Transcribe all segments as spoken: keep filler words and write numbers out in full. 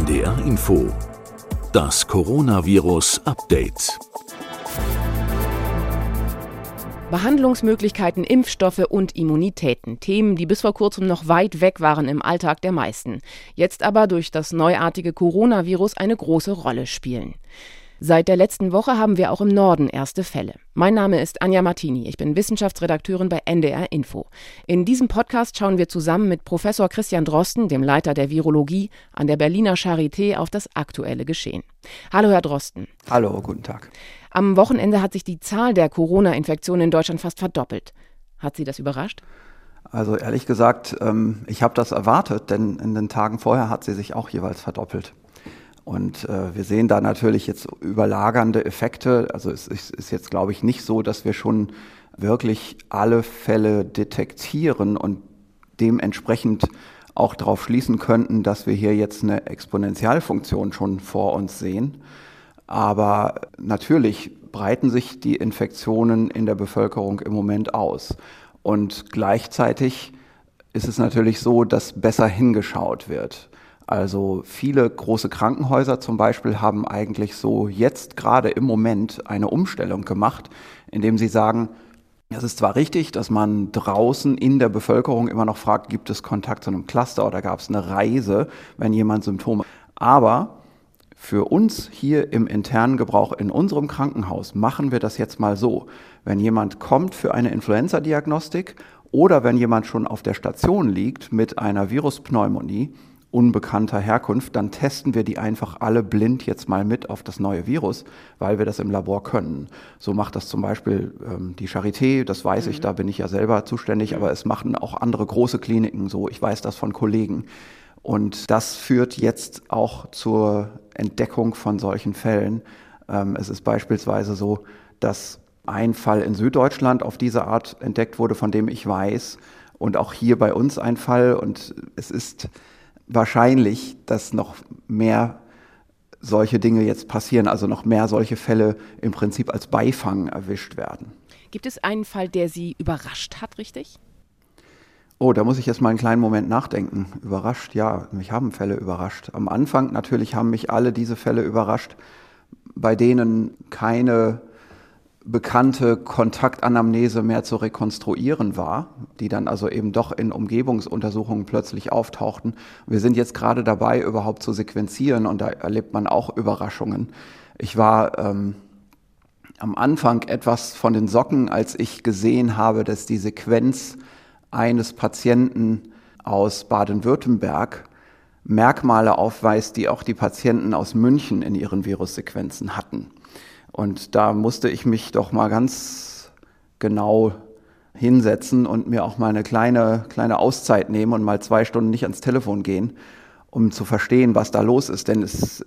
N D R Info. Das Coronavirus-Update. Behandlungsmöglichkeiten, Impfstoffe und Immunitäten. Themen, die bis vor kurzem noch weit weg waren im Alltag der meisten. Jetzt aber durch das neuartige Coronavirus eine große Rolle spielen. Seit der letzten Woche haben wir auch im Norden erste Fälle. Mein Name ist Anja Martini, ich bin Wissenschaftsredakteurin bei N D R Info. In diesem Podcast schauen wir zusammen mit Professor Christian Drosten, dem Leiter der Virologie an der Berliner Charité, auf das aktuelle Geschehen. Hallo Herr Drosten. Hallo, guten Tag. Am Wochenende hat sich die Zahl der Corona-Infektionen in Deutschland fast verdoppelt. Hat Sie das überrascht? Also ehrlich gesagt, ich habe das erwartet, denn in den Tagen vorher hat sie sich auch jeweils verdoppelt. Und äh, wir sehen da natürlich jetzt überlagernde Effekte. Also es ist, ist jetzt, glaube ich, nicht so, dass wir schon wirklich alle Fälle detektieren und dementsprechend auch darauf schließen könnten, dass wir hier jetzt eine Exponentialfunktion schon vor uns sehen. Aber natürlich breiten sich die Infektionen in der Bevölkerung im Moment aus. Und gleichzeitig ist es natürlich so, dass besser hingeschaut wird. Also viele große Krankenhäuser zum Beispiel haben eigentlich so jetzt gerade im Moment eine Umstellung gemacht, indem sie sagen, es ist zwar richtig, dass man draußen in der Bevölkerung immer noch fragt, gibt es Kontakt zu einem Cluster oder gab es eine Reise, wenn jemand Symptome hat. Aber für uns hier im internen Gebrauch in unserem Krankenhaus machen wir das jetzt mal so. Wenn jemand kommt für eine Influenza-Diagnostik oder wenn jemand schon auf der Station liegt mit einer Viruspneumonie, unbekannter Herkunft, dann testen wir die einfach alle blind jetzt mal mit auf das neue Virus, weil wir das im Labor können. So macht das zum Beispiel ähm, die Charité, das weiß mhm. ich, da bin ich ja selber zuständig, mhm. aber es machen auch andere große Kliniken so, ich weiß das von Kollegen. Und das führt jetzt auch zur Entdeckung von solchen Fällen. Ähm, es ist beispielsweise so, dass ein Fall in Süddeutschland auf diese Art entdeckt wurde, von dem ich weiß, und auch hier bei uns ein Fall, und es ist wahrscheinlich, dass noch mehr solche Dinge jetzt passieren, also noch mehr solche Fälle im Prinzip als Beifang erwischt werden. Gibt es einen Fall, der Sie überrascht hat, richtig? Oh, da muss ich jetzt mal einen kleinen Moment nachdenken. Überrascht, ja, mich haben Fälle überrascht. Am Anfang natürlich haben mich alle diese Fälle überrascht, bei denen keine bekannte Kontaktanamnese mehr zu rekonstruieren war, die dann also eben doch in Umgebungsuntersuchungen plötzlich auftauchten. Wir sind jetzt gerade dabei, überhaupt zu sequenzieren, und da erlebt man auch Überraschungen. Ich war ähm, am Anfang etwas von den Socken, als ich gesehen habe, dass die Sequenz eines Patienten aus Baden-Württemberg Merkmale aufweist, die auch die Patienten aus München in ihren Virussequenzen hatten. Und da musste ich mich doch mal ganz genau hinsetzen und mir auch mal eine kleine, kleine Auszeit nehmen und mal zwei Stunden nicht ans Telefon gehen, um zu verstehen, was da los ist. Denn es,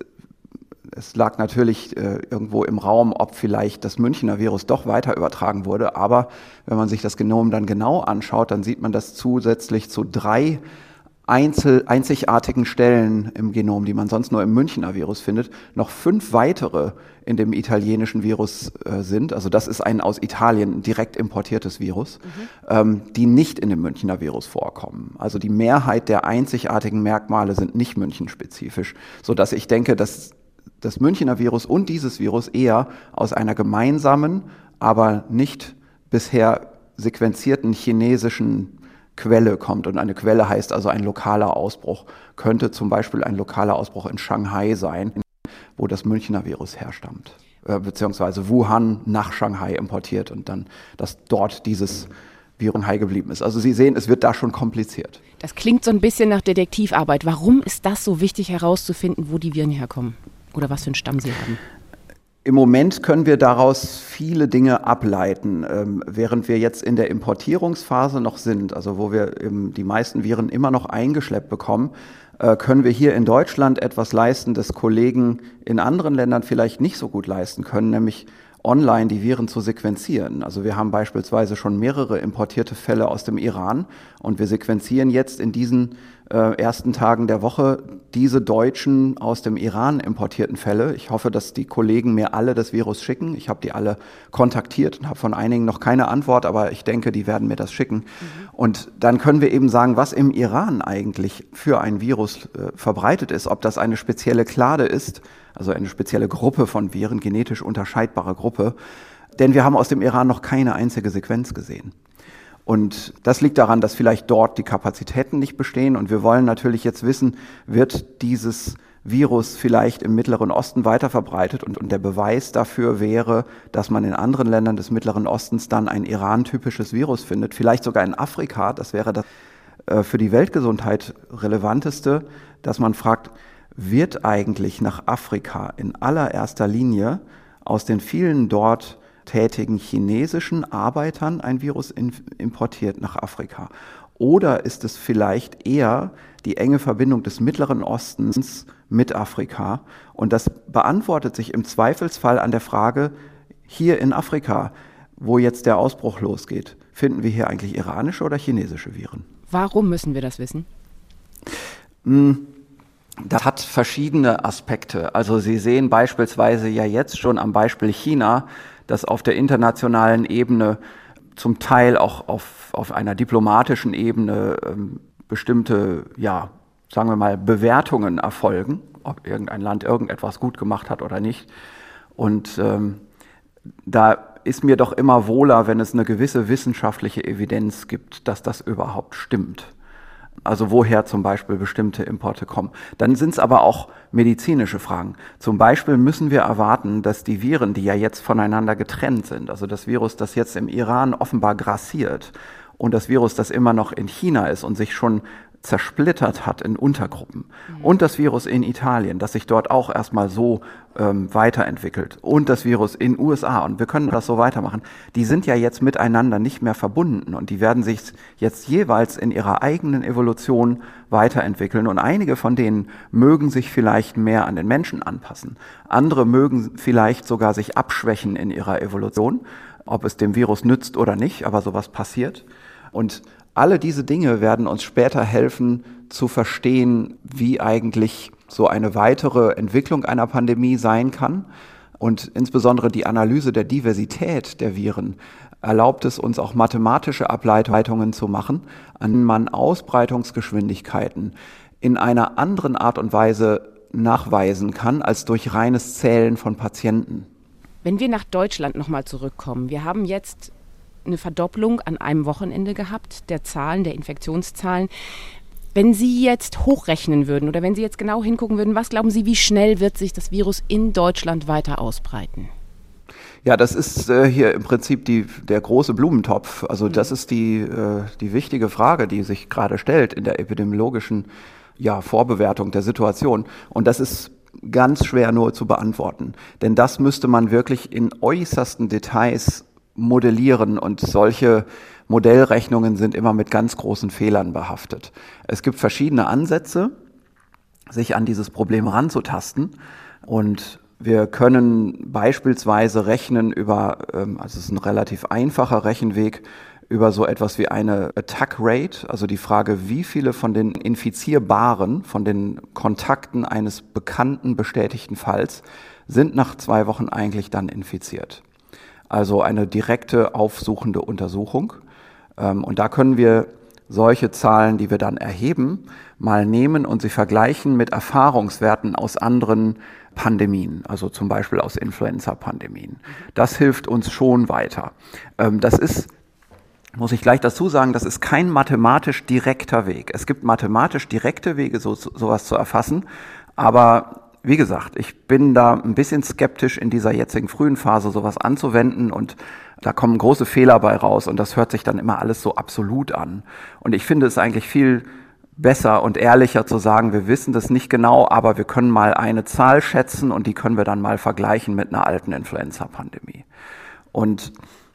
es lag natürlich äh, irgendwo im Raum, ob vielleicht das Münchner Virus doch weiter übertragen wurde. Aber wenn man sich das Genom dann genau anschaut, dann sieht man, dass zusätzlich zu drei Einzel, einzigartigen Stellen im Genom, die man sonst nur im Münchner Virus findet, noch fünf weitere in dem italienischen Virus äh, sind. Also das ist ein aus Italien direkt importiertes Virus, mhm. ähm, die nicht in dem Münchner Virus vorkommen. Also die Mehrheit der einzigartigen Merkmale sind nicht münchenspezifisch, sodass ich denke, dass das Münchner Virus und dieses Virus eher aus einer gemeinsamen, aber nicht bisher sequenzierten chinesischen Quelle kommt. Und eine Quelle heißt also ein lokaler Ausbruch. Könnte zum Beispiel ein lokaler Ausbruch in Shanghai sein, wo das Münchner Virus herstammt. Äh, beziehungsweise Wuhan nach Shanghai importiert und dann, dass dort dieses Virus in Shanghai geblieben ist. Also Sie sehen, es wird da schon kompliziert. Das klingt so ein bisschen nach Detektivarbeit. Warum ist das so wichtig herauszufinden, wo die Viren herkommen? Oder was für einen Stamm sie haben? Im Moment können wir daraus viele Dinge ableiten, ähm, während wir jetzt in der Importierungsphase noch sind, also wo wir eben die meisten Viren immer noch eingeschleppt bekommen, äh, können wir hier in Deutschland etwas leisten, das Kollegen in anderen Ländern vielleicht nicht so gut leisten können, nämlich online die Viren zu sequenzieren. Also wir haben beispielsweise schon mehrere importierte Fälle aus dem Iran und wir sequenzieren jetzt in diesen äh, ersten Tagen der Woche diese deutschen aus dem Iran importierten Fälle. Ich hoffe, dass die Kollegen mir alle das Virus schicken. Ich habe die alle kontaktiert und habe von einigen noch keine Antwort, aber ich denke, die werden mir das schicken. Mhm. Und dann können wir eben sagen, was im Iran eigentlich für ein Virus äh, verbreitet ist, ob das eine spezielle Klade ist, also eine spezielle Gruppe von Viren, genetisch unterscheidbare Gruppe. Denn wir haben aus dem Iran noch keine einzige Sequenz gesehen. Und das liegt daran, dass vielleicht dort die Kapazitäten nicht bestehen. Und wir wollen natürlich jetzt wissen, wird dieses Virus vielleicht im Mittleren Osten weiter verbreitet? Und, und der Beweis dafür wäre, dass man in anderen Ländern des Mittleren Ostens dann ein Iran-typisches Virus findet. Vielleicht sogar in Afrika. Das wäre das äh, für die Weltgesundheit relevanteste, dass man fragt, wird eigentlich nach Afrika in allererster Linie aus den vielen dort tätigen chinesischen Arbeitern ein Virus in, importiert nach Afrika? Oder ist es vielleicht eher die enge Verbindung des Mittleren Ostens mit Afrika? Und das beantwortet sich im Zweifelsfall an der Frage, hier in Afrika, wo jetzt der Ausbruch losgeht, finden wir hier eigentlich iranische oder chinesische Viren? Warum müssen wir das wissen? Das hat verschiedene Aspekte. Also Sie sehen beispielsweise ja jetzt schon am Beispiel China, dass auf der internationalen Ebene zum Teil auch auf, auf einer diplomatischen Ebene ähm, bestimmte, ja, sagen wir mal, Bewertungen erfolgen, ob irgendein Land irgendetwas gut gemacht hat oder nicht. Und ähm, da ist mir doch immer wohler, wenn es eine gewisse wissenschaftliche Evidenz gibt, dass das überhaupt stimmt. Also woher zum Beispiel bestimmte Importe kommen. Dann sind es aber auch medizinische Fragen. Zum Beispiel müssen wir erwarten, dass die Viren, die ja jetzt voneinander getrennt sind, also das Virus, das jetzt im Iran offenbar grassiert und das Virus, das immer noch in China ist und sich schon zersplittert hat in Untergruppen, mhm. und das Virus in Italien, das sich dort auch erstmal so ähm, weiterentwickelt, und das Virus in U S A, und wir können das so weitermachen, die sind ja jetzt miteinander nicht mehr verbunden und die werden sich jetzt jeweils in ihrer eigenen Evolution weiterentwickeln, und einige von denen mögen sich vielleicht mehr an den Menschen anpassen, andere mögen vielleicht sogar sich abschwächen in ihrer Evolution, ob es dem Virus nützt oder nicht, aber sowas passiert. Und alle diese Dinge werden uns später helfen zu verstehen, wie eigentlich so eine weitere Entwicklung einer Pandemie sein kann. Und insbesondere die Analyse der Diversität der Viren erlaubt es uns auch mathematische Ableitungen zu machen, an denen man Ausbreitungsgeschwindigkeiten in einer anderen Art und Weise nachweisen kann als durch reines Zählen von Patienten. Wenn wir nach Deutschland nochmal zurückkommen, wir haben jetzt eine Verdopplung an einem Wochenende gehabt, der Zahlen, der Infektionszahlen. Wenn Sie jetzt hochrechnen würden oder wenn Sie jetzt genau hingucken würden, was glauben Sie, wie schnell wird sich das Virus in Deutschland weiter ausbreiten? Ja, das ist äh, hier im Prinzip die, der große Blumentopf. Also das ist die, äh, die wichtige Frage, die sich gerade stellt in der epidemiologischen ja, Vorbewertung der Situation. Und das ist ganz schwer nur zu beantworten. Denn das müsste man wirklich in äußersten Details modellieren, und solche Modellrechnungen sind immer mit ganz großen Fehlern behaftet. Es gibt verschiedene Ansätze, sich an dieses Problem ranzutasten, und wir können beispielsweise rechnen über, also es ist ein relativ einfacher Rechenweg, über so etwas wie eine Attack Rate, also die Frage, wie viele von den Infizierbaren, von den Kontakten eines bekannten, bestätigten Falls sind nach zwei Wochen eigentlich dann infiziert. Also eine direkte aufsuchende Untersuchung. Und da können wir solche Zahlen, die wir dann erheben, mal nehmen und sie vergleichen mit Erfahrungswerten aus anderen Pandemien, also zum Beispiel aus Influenza-Pandemien. Das hilft uns schon weiter. Das ist, muss ich gleich dazu sagen, das ist kein mathematisch direkter Weg. Es gibt mathematisch direkte Wege, so, sowas zu erfassen, aber wie gesagt, ich bin da ein bisschen skeptisch, in dieser jetzigen frühen Phase sowas anzuwenden, und da kommen große Fehler bei raus und das hört sich dann immer alles so absolut an. Und ich finde es eigentlich viel besser und ehrlicher zu sagen, wir wissen das nicht genau, aber wir können mal eine Zahl schätzen und die können wir dann mal vergleichen mit einer alten Influenza-Pandemie. Und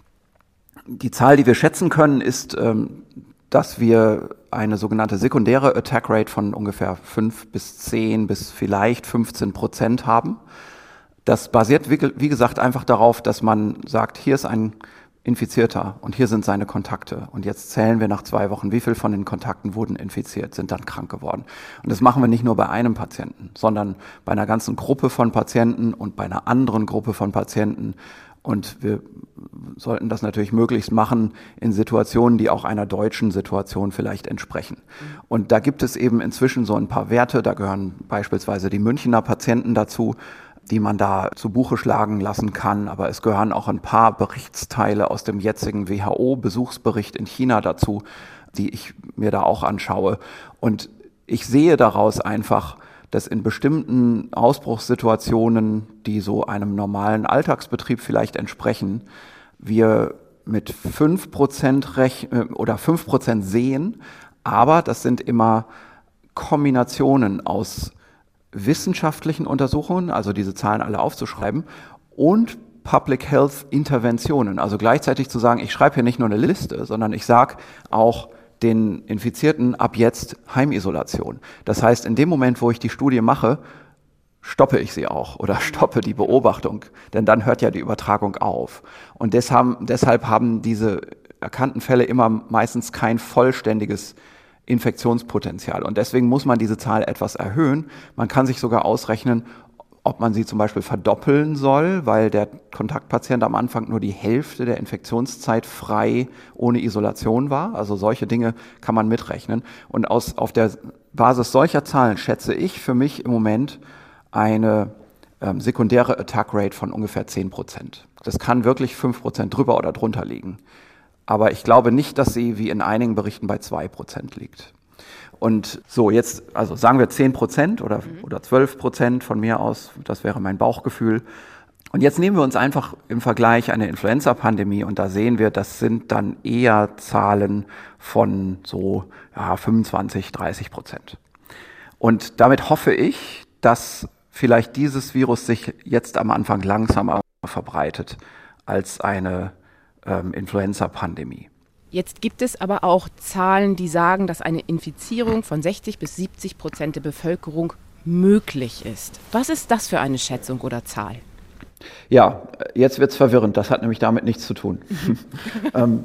die Zahl, die wir schätzen können, ist, dass wir eine sogenannte sekundäre Attack Rate von ungefähr fünf bis zehn bis vielleicht fünfzehn Prozent haben. Das basiert, wie gesagt, einfach darauf, dass man sagt, hier ist ein Infizierter und hier sind seine Kontakte. Und jetzt zählen wir nach zwei Wochen, wie viel von den Kontakten wurden infiziert, sind dann krank geworden. Und das machen wir nicht nur bei einem Patienten, sondern bei einer ganzen Gruppe von Patienten und bei einer anderen Gruppe von Patienten. Und wir sollten das natürlich möglichst machen in Situationen, die auch einer deutschen Situation vielleicht entsprechen. Und da gibt es eben inzwischen so ein paar Werte, da gehören beispielsweise die Münchner Patienten dazu, die man da zu Buche schlagen lassen kann. Aber es gehören auch ein paar Berichtsteile aus dem jetzigen W H O-Besuchsbericht in China dazu, die ich mir da auch anschaue. Und ich sehe daraus einfach, dass in bestimmten Ausbruchssituationen, die so einem normalen Alltagsbetrieb vielleicht entsprechen, wir mit fünf Prozent rech- oder fünf Prozent sehen, aber das sind immer Kombinationen aus wissenschaftlichen Untersuchungen, also diese Zahlen alle aufzuschreiben, und Public Health Interventionen. Also gleichzeitig zu sagen, ich schreibe hier nicht nur eine Liste, sondern ich sage auch den Infizierten ab jetzt Heimisolation. Das heißt, in dem Moment, wo ich die Studie mache, stoppe ich sie auch oder stoppe die Beobachtung, denn dann hört ja die Übertragung auf. Und deshalb, deshalb haben diese erkannten Fälle immer meistens kein vollständiges Infektionspotenzial. Und deswegen muss man diese Zahl etwas erhöhen. Man kann sich sogar ausrechnen, ob man sie zum Beispiel verdoppeln soll, weil der Kontaktpatient am Anfang nur die Hälfte der Infektionszeit frei ohne Isolation war. Also solche Dinge kann man mitrechnen. Und aus, auf der Basis solcher Zahlen schätze ich für mich im Moment eine ähm, sekundäre Attack Rate von ungefähr zehn Prozent. Das kann wirklich fünf Prozent drüber oder drunter liegen. Aber ich glaube nicht, dass sie wie in einigen Berichten bei zwei Prozent liegt. Und so jetzt, also sagen wir zehn Prozent oder, mhm. oder zwölf Prozent von mir aus, das wäre mein Bauchgefühl. Und jetzt nehmen wir uns einfach im Vergleich eine Influenza-Pandemie und da sehen wir, das sind dann eher Zahlen von so ja, fünfundzwanzig, dreißig Prozent. Und damit hoffe ich, dass vielleicht dieses Virus sich jetzt am Anfang langsamer verbreitet als eine ähm, Influenza-Pandemie. Jetzt gibt es aber auch Zahlen, die sagen, dass eine Infizierung von sechzig bis siebzig Prozent der Bevölkerung möglich ist. Was ist das für eine Schätzung oder Zahl? Ja, jetzt wird's verwirrend. Das hat nämlich damit nichts zu tun. ähm,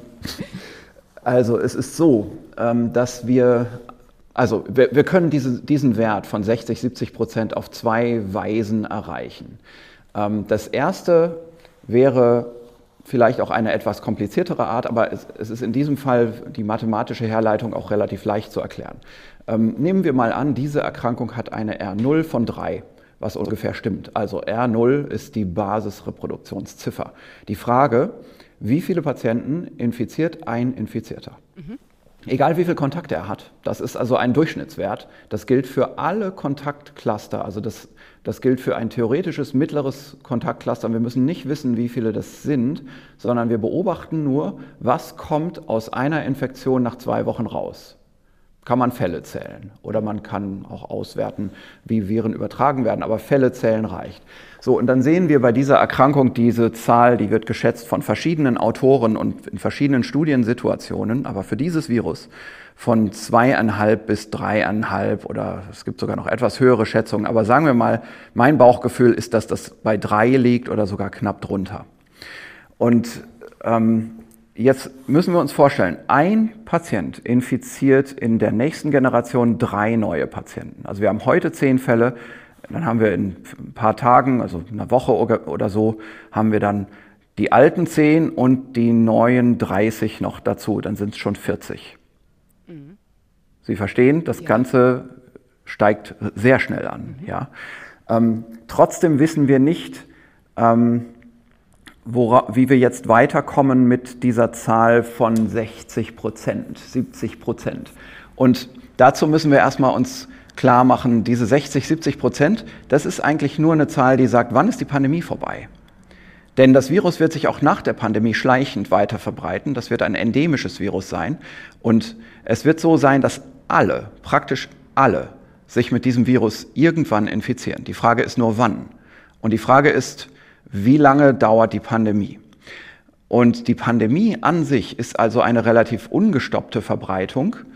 also es ist so, ähm, dass wir, also wir, wir können diese, diesen Wert von sechzig, siebzig Prozent auf zwei Weisen erreichen. Ähm, das erste wäre vielleicht auch eine etwas kompliziertere Art, aber es, es ist in diesem Fall die mathematische Herleitung auch relativ leicht zu erklären. Ähm, nehmen wir mal an, diese Erkrankung hat eine R null von drei, was ungefähr stimmt. Also R null ist die Basisreproduktionsziffer. Die Frage, wie viele Patienten infiziert ein Infizierter? Mhm. Egal wie viel Kontakte er hat. Das ist also ein Durchschnittswert. Das gilt für alle Kontaktcluster. Also das, das gilt für ein theoretisches mittleres Kontaktcluster. Wir müssen nicht wissen, wie viele das sind, sondern wir beobachten nur, was kommt aus einer Infektion nach zwei Wochen raus. Kann man Fälle zählen oder man kann auch auswerten, wie Viren übertragen werden, aber Fälle zählen reicht. So, und dann sehen wir bei dieser Erkrankung diese Zahl, die wird geschätzt von verschiedenen Autoren und in verschiedenen Studiensituationen, aber für dieses Virus von zweieinhalb bis dreieinhalb oder es gibt sogar noch etwas höhere Schätzungen, aber sagen wir mal, mein Bauchgefühl ist, dass das bei drei liegt oder sogar knapp drunter. Und ähm, jetzt müssen wir uns vorstellen, ein Patient infiziert in der nächsten Generation drei neue Patienten. Also wir haben heute zehn Fälle, dann haben wir in ein paar Tagen, also einer Woche oder so, haben wir dann die alten zehn und die neuen dreißig noch dazu, dann sind es schon vierzig. Mhm. Sie verstehen, das ja. Ganze steigt sehr schnell an. Mhm. Ja. Ähm, trotzdem wissen wir nicht, ähm, Wora, wie wir jetzt weiterkommen mit dieser Zahl von sechzig Prozent, siebzig Prozent. Und dazu müssen wir erstmal uns klar machen, diese sechzig, siebzig Prozent, das ist eigentlich nur eine Zahl, die sagt, wann ist die Pandemie vorbei? Denn das Virus wird sich auch nach der Pandemie schleichend weiter verbreiten. Das wird ein endemisches Virus sein. Und es wird so sein, dass alle, praktisch alle, sich mit diesem Virus irgendwann infizieren. Die Frage ist nur, wann. Und die Frage ist, wie lange dauert die Pandemie? Und die Pandemie an sich ist also eine relativ ungestoppte Verbreitung,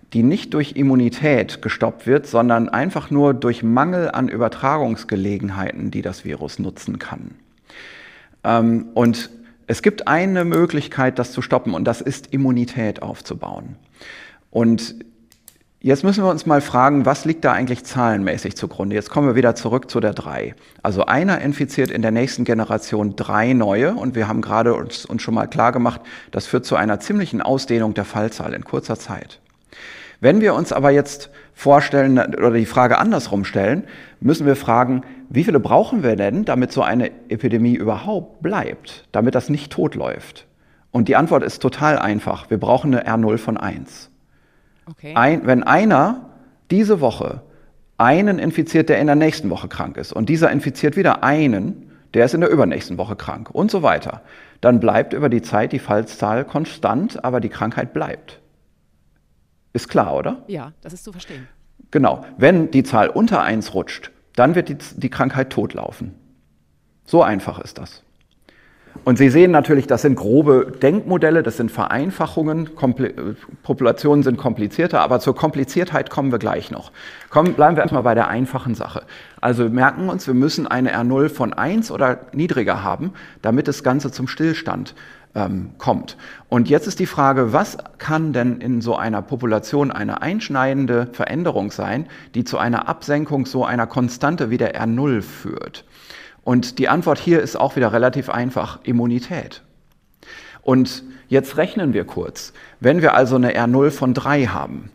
die nicht durch Immunität gestoppt wird, sondern einfach nur durch Mangel an Übertragungsgelegenheiten, die das Virus nutzen kann. Ähm, und es gibt eine Möglichkeit, das zu stoppen, und das ist, Immunität aufzubauen. Und jetzt müssen wir uns mal fragen, was liegt da eigentlich zahlenmäßig zugrunde? Jetzt kommen wir wieder zurück zu der drei. Also einer infiziert in der nächsten Generation drei neue, und wir haben gerade uns, uns schon mal klar gemacht, das führt zu einer ziemlichen Ausdehnung der Fallzahl in kurzer Zeit. Wenn wir uns aber jetzt vorstellen oder die Frage andersrum stellen, müssen wir fragen, wie viele brauchen wir denn, damit so eine Epidemie überhaupt bleibt, damit das nicht totläuft? Und die Antwort ist total einfach. Wir brauchen eine R null von eins. Okay. Ein, wenn einer diese Woche einen infiziert, der in der nächsten Woche krank ist, und dieser infiziert wieder einen, der ist in der übernächsten Woche krank und so weiter, dann bleibt über die Zeit die Fallzahl konstant, aber die Krankheit bleibt. Ist klar, oder? Ja, das ist zu verstehen. Genau. Wenn die Zahl unter eins rutscht, dann wird die, die Krankheit totlaufen. So einfach ist das. Und Sie sehen natürlich, das sind grobe Denkmodelle, das sind Vereinfachungen, Kompl- Populationen sind komplizierter, aber zur Kompliziertheit kommen wir gleich noch. Kommen, bleiben wir erstmal bei der einfachen Sache. Also wir merken uns, wir müssen eine R null von eins oder niedriger haben, damit das Ganze zum Stillstand ähm, kommt. Und jetzt ist die Frage, was kann denn in so einer Population eine einschneidende Veränderung sein, die zu einer Absenkung so einer Konstante wie der R null führt? Und die Antwort hier ist auch wieder relativ einfach: Immunität. Und jetzt rechnen wir kurz. Wenn wir also eine R null von drei haben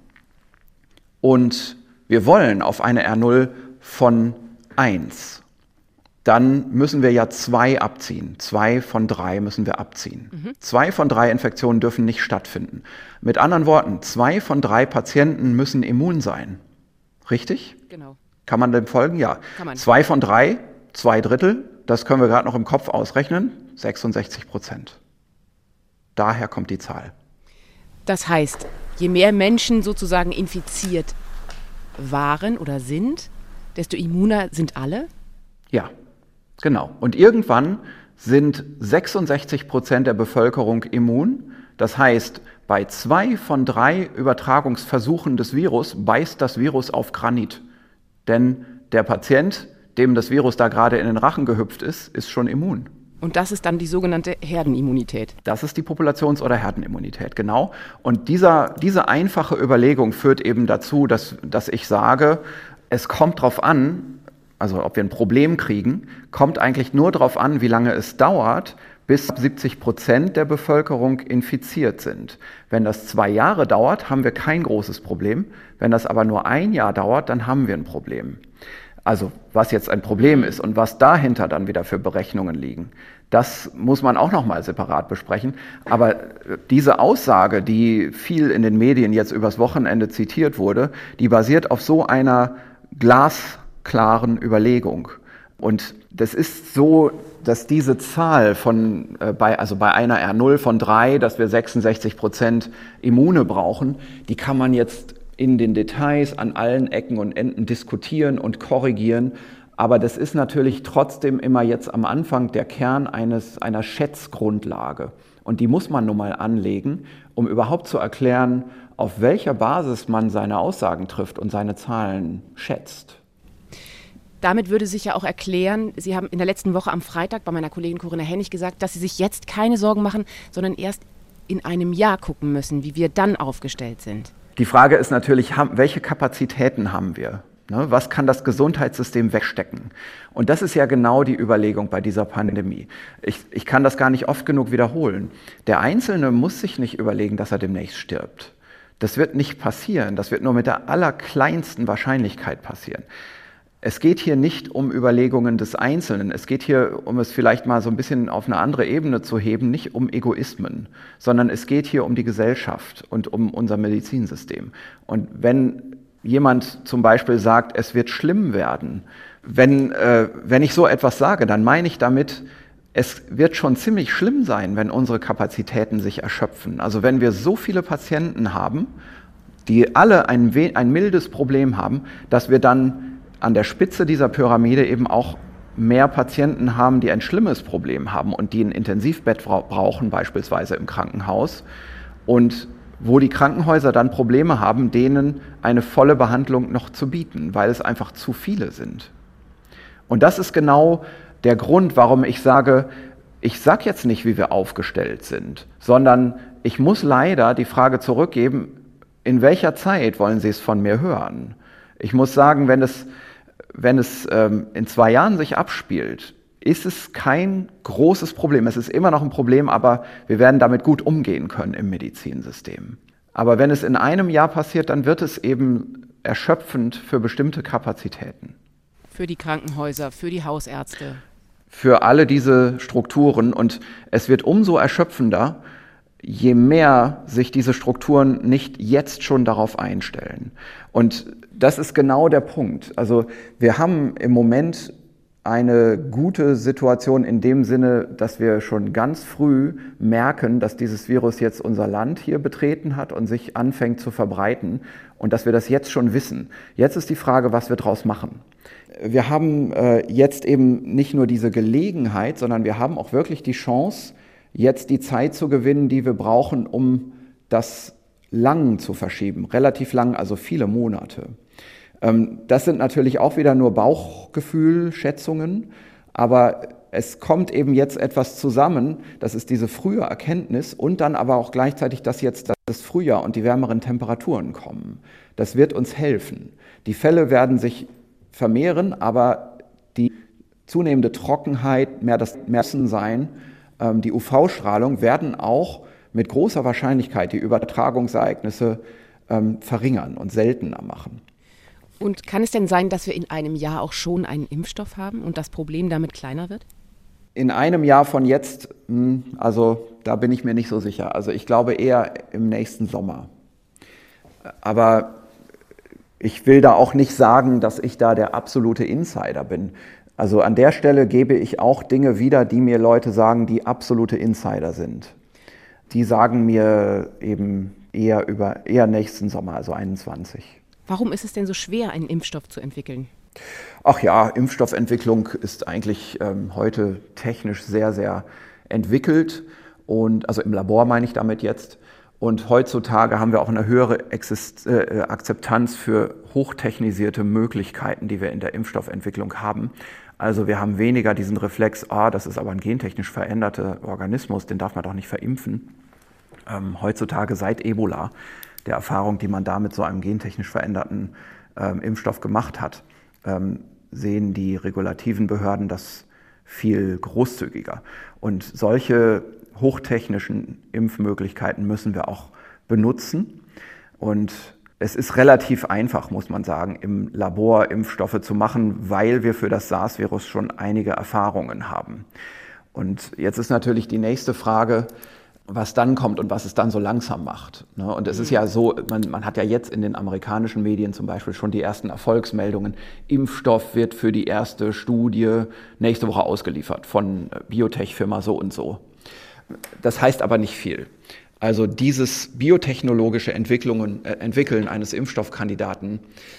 und wir wollen auf eine R null von eins, dann müssen wir ja zwei abziehen. Zwei von drei müssen wir abziehen. Mhm. Zwei von drei Infektionen dürfen nicht stattfinden. Mit anderen Worten, zwei von drei Patienten müssen immun sein. Richtig? Genau. Kann man dem folgen? Ja. Kann man. Zwei von drei, zwei Drittel, das können wir gerade noch im Kopf ausrechnen, sechsundsechzig Prozent. Daher kommt die Zahl. Das heißt, je mehr Menschen sozusagen infiziert waren oder sind, desto immuner sind alle? Ja, genau. Und irgendwann sind sechsundsechzig Prozent der Bevölkerung immun. Das heißt, bei zwei von drei Übertragungsversuchen des Virus beißt das Virus auf Granit. Denn der Patient, dem das Virus da gerade in den Rachen gehüpft ist, ist schon immun. Und das ist dann die sogenannte Herdenimmunität. Das ist die Populations- oder Herdenimmunität, genau. Und dieser, diese einfache Überlegung führt eben dazu, dass, dass ich sage, es kommt darauf an, also ob wir ein Problem kriegen, kommt eigentlich nur darauf an, wie lange es dauert, bis siebzig Prozent der Bevölkerung infiziert sind. Wenn das zwei Jahre dauert, haben wir kein großes Problem. Wenn das aber nur ein Jahr dauert, dann haben wir ein Problem. Also was jetzt ein Problem ist und was dahinter dann wieder für Berechnungen liegen, das muss man auch nochmal separat besprechen. Aber diese Aussage, die viel in den Medien jetzt übers Wochenende zitiert wurde, die basiert auf so einer glasklaren Überlegung. Und das ist so, dass diese Zahl von, äh, bei, also bei einer R null von drei, dass wir sechsundsechzig Prozent Immune brauchen, die kann man jetzt in den Details an allen Ecken und Enden diskutieren und korrigieren. Aber das ist natürlich trotzdem immer jetzt am Anfang der Kern eines, einer Schätzgrundlage. Und die muss man nun mal anlegen, um überhaupt zu erklären, auf welcher Basis man seine Aussagen trifft und seine Zahlen schätzt. Damit würde sich ja auch erklären, Sie haben in der letzten Woche am Freitag bei meiner Kollegin Corinna Hennig gesagt, dass Sie sich jetzt keine Sorgen machen, sondern erst in einem Jahr gucken müssen, wie wir dann aufgestellt sind. Die Frage ist natürlich, welche Kapazitäten haben wir? Was kann das Gesundheitssystem wegstecken? Und das ist ja genau die Überlegung bei dieser Pandemie. Ich, ich kann das gar nicht oft genug wiederholen. Der Einzelne muss sich nicht überlegen, dass er demnächst stirbt. Das wird nicht passieren. Das wird nur mit der allerkleinsten Wahrscheinlichkeit passieren. Es geht hier nicht um Überlegungen des Einzelnen. Es geht hier, um es vielleicht mal so ein bisschen auf eine andere Ebene zu heben, nicht um Egoismen, sondern es geht hier um die Gesellschaft und um unser Medizinsystem. Und wenn jemand zum Beispiel sagt, es wird schlimm werden, wenn, äh, wenn ich so etwas sage, dann meine ich damit, es wird schon ziemlich schlimm sein, wenn unsere Kapazitäten sich erschöpfen. Also wenn wir so viele Patienten haben, die alle ein, ein mildes Problem haben, dass wir dann an der Spitze dieser Pyramide eben auch mehr Patienten haben, die ein schlimmes Problem haben und die ein Intensivbett brauchen, beispielsweise im Krankenhaus. Und wo die Krankenhäuser dann Probleme haben, denen eine volle Behandlung noch zu bieten, weil es einfach zu viele sind. Und das ist genau der Grund, warum ich sage, ich sage jetzt nicht, wie wir aufgestellt sind, sondern ich muss leider die Frage zurückgeben, in welcher Zeit wollen Sie es von mir hören? Ich muss sagen, wenn es, wenn es ähm, in zwei Jahren sich abspielt, ist es kein großes Problem. Es ist immer noch ein Problem, aber wir werden damit gut umgehen können im Medizinsystem. Aber wenn es in einem Jahr passiert, dann wird es eben erschöpfend für bestimmte Kapazitäten. Für die Krankenhäuser, für die Hausärzte. Für alle diese Strukturen. Und es wird umso erschöpfender, je mehr sich diese Strukturen nicht jetzt schon darauf einstellen. Und das ist genau der Punkt. Also wir haben im Moment eine gute Situation in dem Sinne, dass wir schon ganz früh merken, dass dieses Virus jetzt unser Land hier betreten hat und sich anfängt zu verbreiten und dass wir das jetzt schon wissen. Jetzt ist die Frage, was wir draus machen. Wir haben äh, jetzt eben nicht nur diese Gelegenheit, sondern wir haben auch wirklich die Chance, jetzt die Zeit zu gewinnen, die wir brauchen, um das lang zu verschieben. Relativ lang, also viele Monate. Das sind natürlich auch wieder nur Bauchgefühl-Schätzungen, aber es kommt eben jetzt etwas zusammen, das ist diese frühe Erkenntnis und dann aber auch gleichzeitig, dass jetzt das Frühjahr und die wärmeren Temperaturen kommen. Das wird uns helfen. Die Fälle werden sich vermehren, aber die zunehmende Trockenheit, mehr das Messensein, die U V-Strahlung werden auch mit großer Wahrscheinlichkeit die Übertragungsereignisse verringern und seltener machen. Und kann es denn sein, dass wir in einem Jahr auch schon einen Impfstoff haben und das Problem damit kleiner wird? In einem Jahr von jetzt, also da bin ich mir nicht so sicher. Also ich glaube eher im nächsten Sommer. Aber ich will da auch nicht sagen, dass ich da der absolute Insider bin. Also an der Stelle gebe ich auch Dinge wieder, die mir Leute sagen, die absolute Insider sind. Die sagen mir eben eher über eher nächsten Sommer, also einundzwanzig. Warum ist es denn so schwer, einen Impfstoff zu entwickeln? Ach ja, Impfstoffentwicklung ist eigentlich ähm, heute technisch sehr, sehr entwickelt. Und, also im Labor meine ich damit jetzt. Und heutzutage haben wir auch eine höhere Exist- äh, Akzeptanz für hochtechnisierte Möglichkeiten, die wir in der Impfstoffentwicklung haben. Also wir haben weniger diesen Reflex, ah, das ist aber ein gentechnisch veränderter Organismus, den darf man doch nicht verimpfen. Ähm, heutzutage seit Ebola, der Erfahrung, die man da mit so einem gentechnisch veränderten ähm, Impfstoff gemacht hat, ähm, sehen die regulativen Behörden das viel großzügiger. Und solche hochtechnischen Impfmöglichkeiten müssen wir auch benutzen. Und es ist relativ einfach, muss man sagen, im Labor Impfstoffe zu machen, weil wir für das SARS-Virus schon einige Erfahrungen haben. Und jetzt ist natürlich die nächste Frage, was dann kommt und was es dann so langsam macht. Und es ist ja so, man, man hat ja jetzt in den amerikanischen Medien zum Beispiel schon die ersten Erfolgsmeldungen. Impfstoff wird für die erste Studie nächste Woche ausgeliefert von Biotech-Firma so und so. Das heißt aber nicht viel. Also dieses biotechnologische Entwicklungen, äh, Entwickeln eines Impfstoffkandidaten,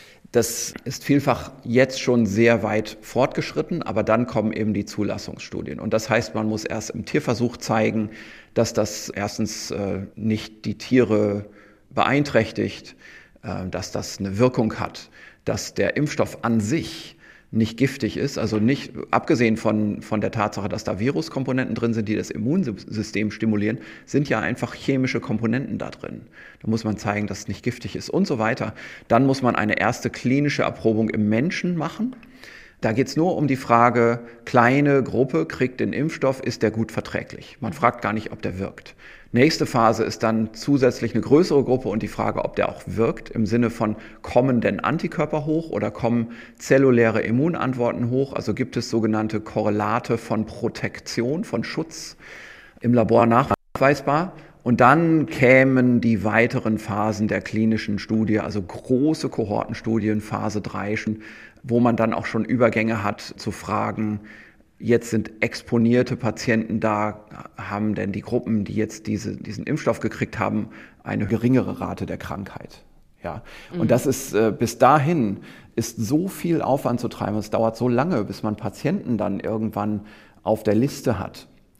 das ist vielfach jetzt schon sehr weit fortgeschritten, aber dann kommen eben die Zulassungsstudien. Und das heißt, man muss erst im Tierversuch zeigen, dass das erstens äh, nicht die Tiere beeinträchtigt, äh, dass das eine Wirkung hat, dass der Impfstoff an sich nicht giftig ist, also nicht, abgesehen von, von der Tatsache, dass da Viruskomponenten drin sind, die das Immunsystem stimulieren, sind ja einfach chemische Komponenten da drin. Da muss man zeigen, dass es nicht giftig ist und so weiter. Dann muss man eine erste klinische Erprobung im Menschen machen. Da geht es nur um die Frage, kleine Gruppe kriegt den Impfstoff, ist der gut verträglich? Man fragt gar nicht, ob der wirkt. Nächste Phase ist dann zusätzlich eine größere Gruppe und die Frage, ob der auch wirkt, im Sinne von, kommen denn Antikörper hoch oder kommen zelluläre Immunantworten hoch? Also gibt es sogenannte Korrelate von Protektion, von Schutz im Labor nachweisbar? Und dann kämen die weiteren Phasen der klinischen Studie, also große Kohortenstudien, Phase drei, wo man dann auch schon Übergänge hat zu fragen, jetzt sind exponierte Patienten da, haben denn die Gruppen, die jetzt diese, diesen Impfstoff gekriegt haben, eine geringere Rate der Krankheit. Ja. Mhm. Und das ist, äh, bis dahin ist so viel Aufwand zu treiben, es dauert so lange, bis man Patienten dann irgendwann auf der Liste hat.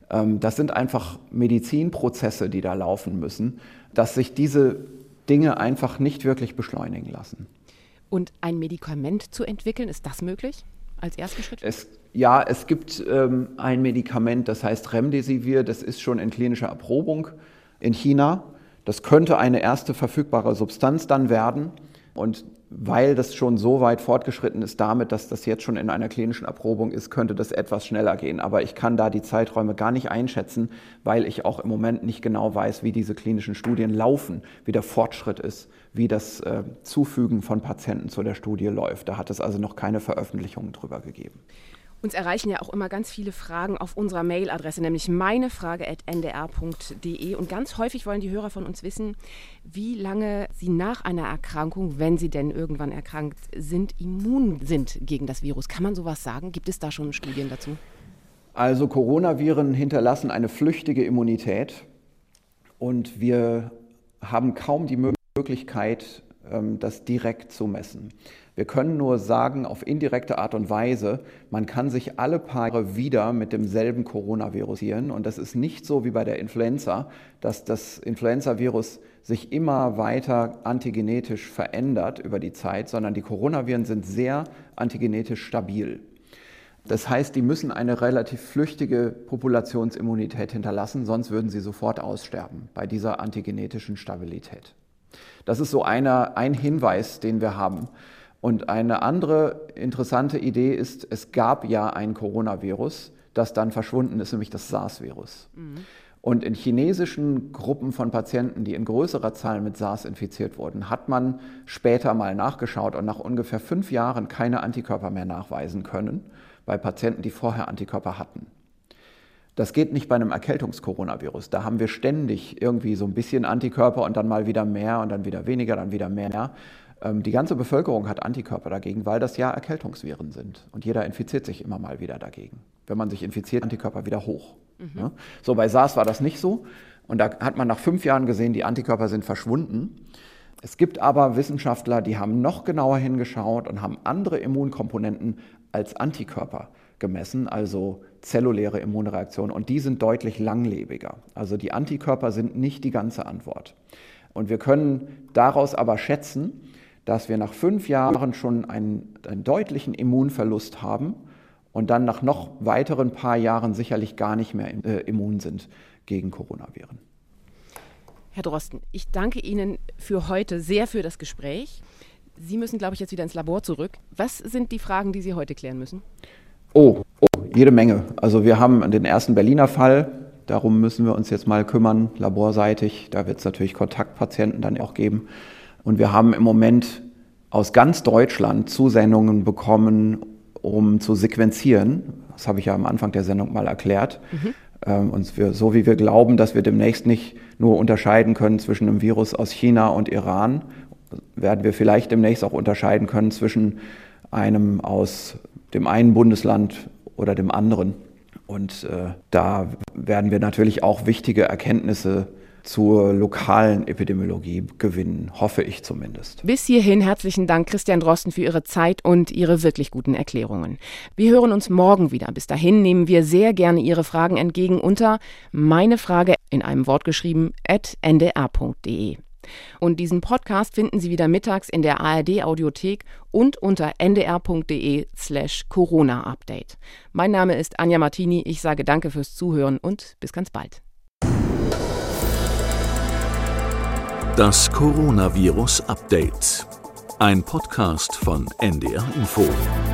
Das sind einfach Medizinprozesse, die da laufen müssen, dass sich diese Dinge einfach nicht wirklich beschleunigen lassen. Und ein Medikament zu entwickeln, ist das möglich als ersten Schritt? Es, ja, es gibt ähm, ein Medikament, das heißt Remdesivir, das ist schon in klinischer Erprobung in China. Das könnte eine erste verfügbare Substanz dann werden. Und weil das schon so weit fortgeschritten ist damit, dass das jetzt schon in einer klinischen Erprobung ist, könnte das etwas schneller gehen. Aber ich kann da die Zeiträume gar nicht einschätzen, weil ich auch im Moment nicht genau weiß, wie diese klinischen Studien laufen, wie der Fortschritt ist, wie das äh, Zufügen von Patienten zu der Studie läuft. Da hat es also noch keine Veröffentlichungen drüber gegeben. Uns erreichen ja auch immer ganz viele Fragen auf unserer Mailadresse, nämlich meinefrage at n d r punkt d e. Und ganz häufig wollen die Hörer von uns wissen, wie lange sie nach einer Erkrankung, wenn sie denn irgendwann erkrankt sind, immun sind gegen das Virus. Kann man sowas sagen? Gibt es da schon Studien dazu? Also Coronaviren hinterlassen eine flüchtige Immunität und wir haben kaum die Möglichkeit, das direkt zu messen. Wir können nur sagen, auf indirekte Art und Weise, man kann sich alle paar Jahre wieder mit demselben Coronavirus infizieren. Und das ist nicht so wie bei der Influenza, dass das Influenzavirus sich immer weiter antigenetisch verändert über die Zeit, sondern die Coronaviren sind sehr antigenetisch stabil. Das heißt, die müssen eine relativ flüchtige Populationsimmunität hinterlassen, sonst würden sie sofort aussterben bei dieser antigenetischen Stabilität. Das ist so einer, ein Hinweis, den wir haben. Und eine andere interessante Idee ist, es gab ja ein Coronavirus, das dann verschwunden ist, nämlich das SARS-Virus. Mhm. Und in chinesischen Gruppen von Patienten, die in größerer Zahl mit SARS infiziert wurden, hat man später mal nachgeschaut und nach ungefähr fünf Jahren keine Antikörper mehr nachweisen können bei Patienten, die vorher Antikörper hatten. Das geht nicht bei einem Erkältungs-Coronavirus. Da haben wir ständig irgendwie so ein bisschen Antikörper und dann mal wieder mehr und dann wieder weniger, dann wieder mehr. Die ganze Bevölkerung hat Antikörper dagegen, weil das ja Erkältungsviren sind. Und jeder infiziert sich immer mal wieder dagegen. Wenn man sich infiziert, Antikörper wieder hoch. Mhm. Ja? So, bei SARS war das nicht so. Und da hat man nach fünf Jahren gesehen, die Antikörper sind verschwunden. Es gibt aber Wissenschaftler, die haben noch genauer hingeschaut und haben andere Immunkomponenten als Antikörper gemessen, also zelluläre Immunreaktionen. Und die sind deutlich langlebiger. Also die Antikörper sind nicht die ganze Antwort. Und wir können daraus aber schätzen, dass wir nach fünf Jahren schon einen, einen deutlichen Immunverlust haben und dann nach noch weiteren paar Jahren sicherlich gar nicht mehr äh, immun sind gegen Coronaviren. Herr Drosten, ich danke Ihnen für heute sehr für das Gespräch. Sie müssen, glaube ich, jetzt wieder ins Labor zurück. Was sind die Fragen, die Sie heute klären müssen? Oh, oh, jede Menge. Also wir haben den ersten Berliner Fall. Darum müssen wir uns jetzt mal kümmern, laborseitig. Da wird es natürlich Kontaktpatienten dann auch geben. Und wir haben im Moment aus ganz Deutschland Zusendungen bekommen, um zu sequenzieren. Das habe ich ja am Anfang der Sendung mal erklärt. Mhm. Und wir, so wie wir glauben, dass wir demnächst nicht nur unterscheiden können zwischen einem Virus aus China und Iran, werden wir vielleicht demnächst auch unterscheiden können zwischen einem aus dem einen Bundesland oder dem anderen. Und äh, da werden wir natürlich auch wichtige Erkenntnisse zur lokalen Epidemiologie gewinnen, hoffe ich zumindest. Bis hierhin herzlichen Dank, Christian Drosten, für Ihre Zeit und Ihre wirklich guten Erklärungen. Wir hören uns morgen wieder. Bis dahin nehmen wir sehr gerne Ihre Fragen entgegen unter meinefrage in einem Wort geschrieben at n d r punkt d e. Und diesen Podcast finden Sie wieder mittags in der A R D-Audiothek und unter n d r punkt d e slash Corona Update. Mein Name ist Anja Martini. Ich sage danke fürs Zuhören und bis ganz bald. Das Coronavirus Update. Ein Podcast von N D R Info.